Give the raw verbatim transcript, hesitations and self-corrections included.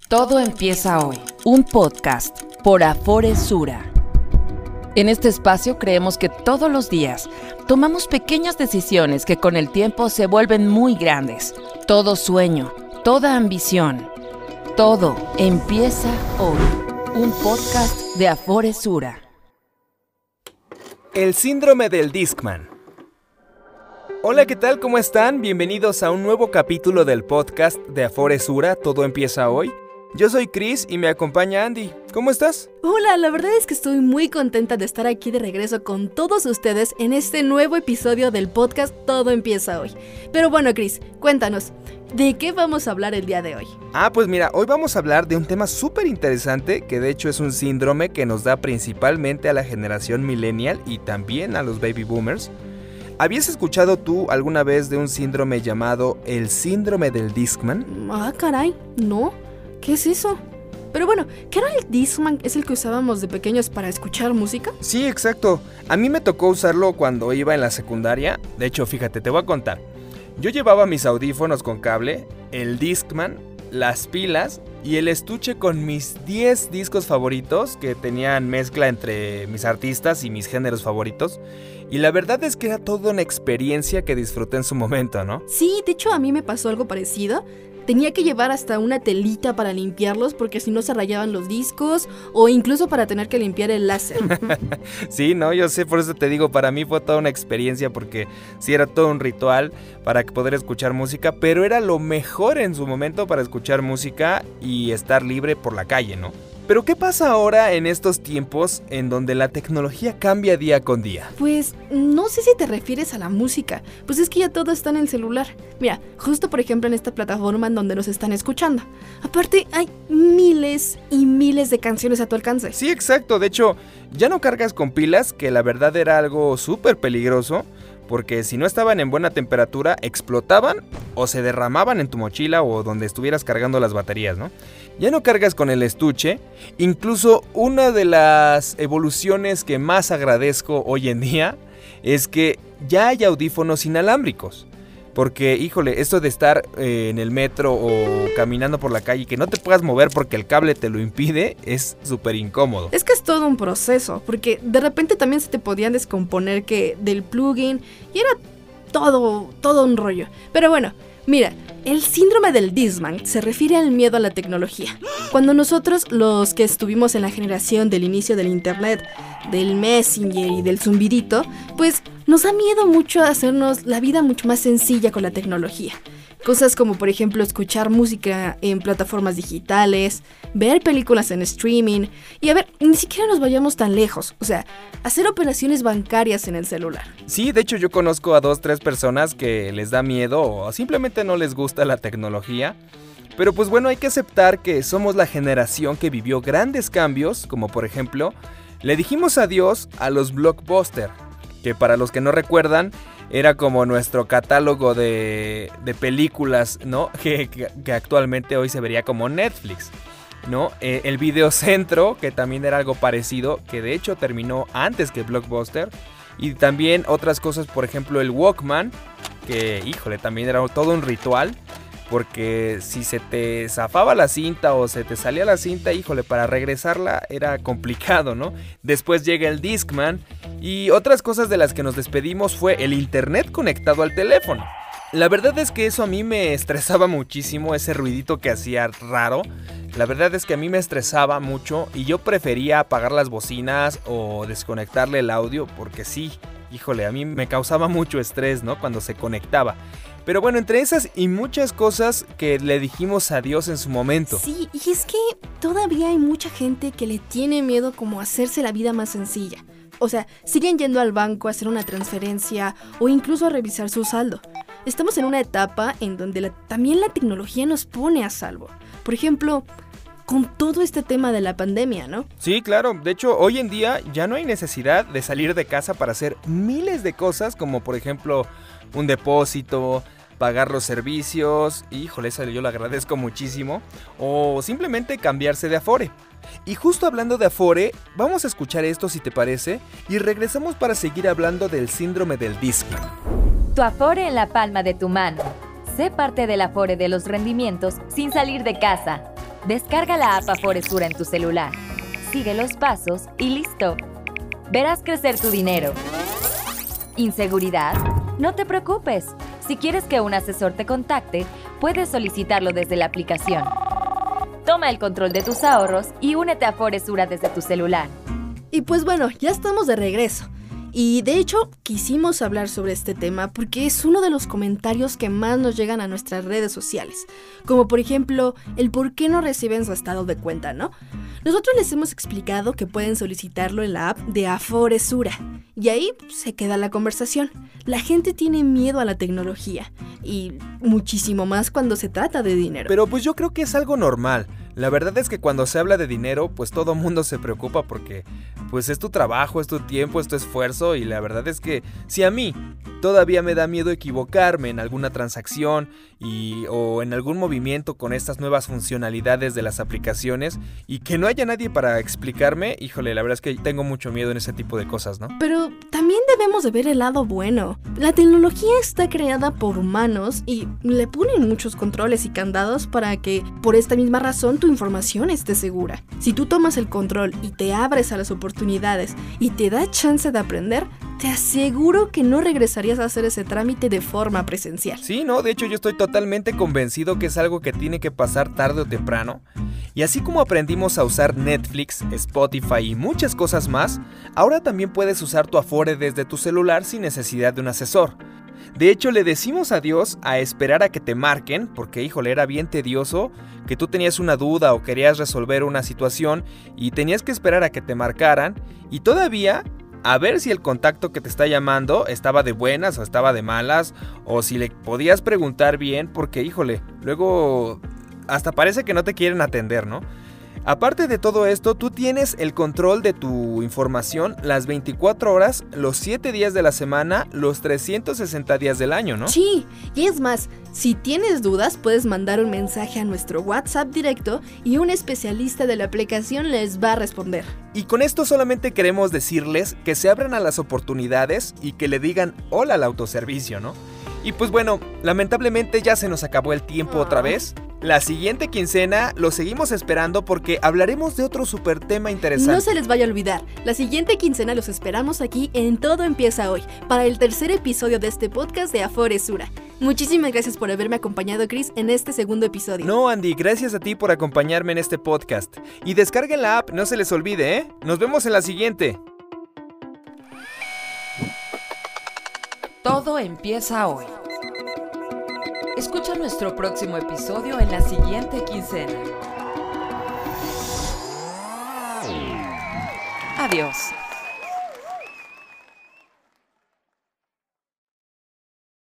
Todo empieza hoy, un podcast por Afore Sura. En este espacio creemos que todos los días tomamos pequeñas decisiones que con el tiempo se vuelven muy grandes. Todo sueño, toda ambición, todo empieza hoy. Un podcast de Afore Sura. El síndrome del Discman. Hola, ¿qué tal? ¿Cómo están? Bienvenidos a un nuevo capítulo del podcast de Afore Sura. Todo empieza hoy. Yo soy Chris y me acompaña Andy. ¿Cómo estás? Hola, la verdad es que estoy muy contenta de estar aquí de regreso con todos ustedes en este nuevo episodio del podcast Todo empieza hoy. Pero bueno, Chris, cuéntanos, ¿de qué vamos a hablar el día de hoy? Ah, pues mira, hoy vamos a hablar de un tema súper interesante que de hecho es un síndrome que nos da principalmente a la generación millennial y también a los baby boomers. ¿Habías escuchado tú alguna vez de un síndrome llamado el síndrome del Discman? Ah, caray, no. ¿Qué es eso? Pero bueno, ¿qué era el Discman? ¿Es el que usábamos de pequeños para escuchar música? Sí, exacto. A mí me tocó usarlo cuando iba en la secundaria. De hecho, fíjate, te voy a contar. Yo llevaba mis audífonos con cable, el Discman, las pilas y el estuche con mis diez discos favoritos que tenían mezcla entre mis artistas y mis géneros favoritos. Y la verdad es que era toda una experiencia que disfruté en su momento, ¿no? Sí, de hecho a mí me pasó algo parecido. Tenía que llevar hasta una telita para limpiarlos porque si no se rayaban los discos o incluso para tener que limpiar el láser. Sí, no, yo sé, por eso te digo, para mí fue toda una experiencia porque sí era todo un ritual para poder escuchar música, pero era lo mejor en su momento para escuchar música y estar libre por la calle, ¿no? Pero ¿qué pasa ahora en estos tiempos en donde la tecnología cambia día con día? Pues no sé si te refieres a la música, pues es que ya todo está en el celular. Mira, justo por ejemplo en esta plataforma en donde nos están escuchando. Aparte hay miles y miles de canciones a tu alcance. Sí, exacto, de hecho ya no cargas con pilas, que la verdad era algo súper peligroso. Porque si no estaban en buena temperatura, explotaban o se derramaban en tu mochila o donde estuvieras cargando las baterías, ¿no? Ya no cargas con el estuche. Incluso una de las evoluciones que más agradezco hoy en día es que ya hay audífonos inalámbricos. Porque, híjole, esto de estar eh, en el metro o caminando por la calle y que no te puedas mover porque el cable te lo impide, es súper incómodo. Es que es todo un proceso, porque de repente también se te podían descomponer que del plugin y era todo, todo un rollo. Pero bueno, mira, el síndrome del Discman se refiere al miedo a la tecnología. Cuando nosotros, los que estuvimos en la generación del inicio del internet, del Messenger y del zumbidito, pues nos da miedo mucho hacernos la vida mucho más sencilla con la tecnología. Cosas como por ejemplo escuchar música en plataformas digitales, ver películas en streaming y a ver, ni siquiera nos vayamos tan lejos, o sea, hacer operaciones bancarias en el celular. Sí, de hecho yo conozco a dos, tres personas que les da miedo o simplemente no les gusta la tecnología. Pero pues bueno, hay que aceptar que somos la generación que vivió grandes cambios, como por ejemplo, le dijimos adiós a los blockbusters, que para los que no recuerdan, era como nuestro catálogo de, de películas, ¿no? Que, que, que actualmente hoy se vería como Netflix, ¿no? Eh, el Videocentro, que también era algo parecido, que de hecho terminó antes que Blockbuster. Y también otras cosas, por ejemplo el Walkman, que híjole, también era todo un ritual. Porque si se te zafaba la cinta o se te salía la cinta, híjole, para regresarla era complicado, ¿no? Después llega el Discman y otras cosas de las que nos despedimos fue el internet conectado al teléfono. La verdad es que eso a mí me estresaba muchísimo, ese ruidito que hacía raro. La verdad es que a mí me estresaba mucho y yo prefería apagar las bocinas o desconectarle el audio porque sí, híjole, a mí me causaba mucho estrés, ¿no? Cuando se conectaba. Pero bueno, entre esas y muchas cosas que le dijimos adiós en su momento. Sí, y es que todavía hay mucha gente que le tiene miedo como a hacerse la vida más sencilla. O sea, siguen yendo al banco a hacer una transferencia o incluso a revisar su saldo. Estamos en una etapa en donde la, también la tecnología nos pone a salvo. Por ejemplo, con todo este tema de la pandemia, ¿no? Sí, claro. De hecho, hoy en día ya no hay necesidad de salir de casa para hacer miles de cosas, como por ejemplo un depósito, pagar los servicios, híjole, eso yo lo agradezco muchísimo, o simplemente cambiarse de Afore. Y justo hablando de Afore, vamos a escuchar esto si te parece, y regresamos para seguir hablando del síndrome del Discman. Tu Afore en la palma de tu mano. Sé parte del Afore de los rendimientos sin salir de casa. Descarga la app Aforesura en tu celular. Sigue los pasos y listo. Verás crecer tu dinero. ¿Inseguridad? No te preocupes. Si quieres que un asesor te contacte, puedes solicitarlo desde la aplicación. Toma el control de tus ahorros y únete a Aforesura desde tu celular. Y pues bueno, ya estamos de regreso. Y de hecho, quisimos hablar sobre este tema porque es uno de los comentarios que más nos llegan a nuestras redes sociales. Como por ejemplo, el por qué no reciben su estado de cuenta, ¿no? Nosotros les hemos explicado que pueden solicitarlo en la app de Aforesura. Y ahí se queda la conversación. La gente tiene miedo a la tecnología. Y muchísimo más cuando se trata de dinero. Pero pues yo creo que es algo normal. La verdad es que cuando se habla de dinero, pues todo mundo se preocupa porque pues es tu trabajo, es tu tiempo, es tu esfuerzo y la verdad es que si a mí todavía me da miedo equivocarme en alguna transacción y, o en algún movimiento con estas nuevas funcionalidades de las aplicaciones y que no haya nadie para explicarme, híjole, la verdad es que tengo mucho miedo en ese tipo de cosas, ¿no? Pero también debemos de ver el lado bueno. La tecnología está creada por humanos y le ponen muchos controles y candados para que, por esta misma razón, tu información esté segura. Si tú tomas el control y te abres a las oportunidades y te da chance de aprender, te aseguro que no regresarías a hacer ese trámite de forma presencial. Sí, no, de hecho yo estoy totalmente convencido que es algo que tiene que pasar tarde o temprano. Y así como aprendimos a usar Netflix, Spotify y muchas cosas más, ahora también puedes usar tu Afore desde tu celular sin necesidad de un asesor. De hecho, le decimos adiós a esperar a que te marquen, porque híjole, era bien tedioso que tú tenías una duda o querías resolver una situación y tenías que esperar a que te marcaran y todavía a ver si el contacto que te está llamando estaba de buenas o estaba de malas o si le podías preguntar bien, porque híjole, luego hasta parece que no te quieren atender, ¿no? Aparte de todo esto, tú tienes el control de tu información las veinticuatro horas, los siete días de la semana, los trescientos sesenta días del año, ¿no? Sí, y es más, si tienes dudas, puedes mandar un mensaje a nuestro WhatsApp directo y un especialista de la aplicación les va a responder. Y con esto solamente queremos decirles que se abran a las oportunidades y que le digan hola al autoservicio, ¿no? Y pues bueno, lamentablemente ya se nos acabó el tiempo oh. otra vez. La siguiente quincena lo seguimos esperando porque hablaremos de otro súper tema interesante. No se les vaya a olvidar, la siguiente quincena los esperamos aquí en Todo Empieza Hoy, para el tercer episodio de este podcast de Aforesura. Muchísimas gracias por haberme acompañado, Chris, en este segundo episodio. No, Andy, gracias a ti por acompañarme en este podcast. Y descarguen la app, no se les olvide, ¿eh? Nos vemos en la siguiente. Todo empieza hoy. Escucha nuestro próximo episodio en la siguiente quincena. Adiós.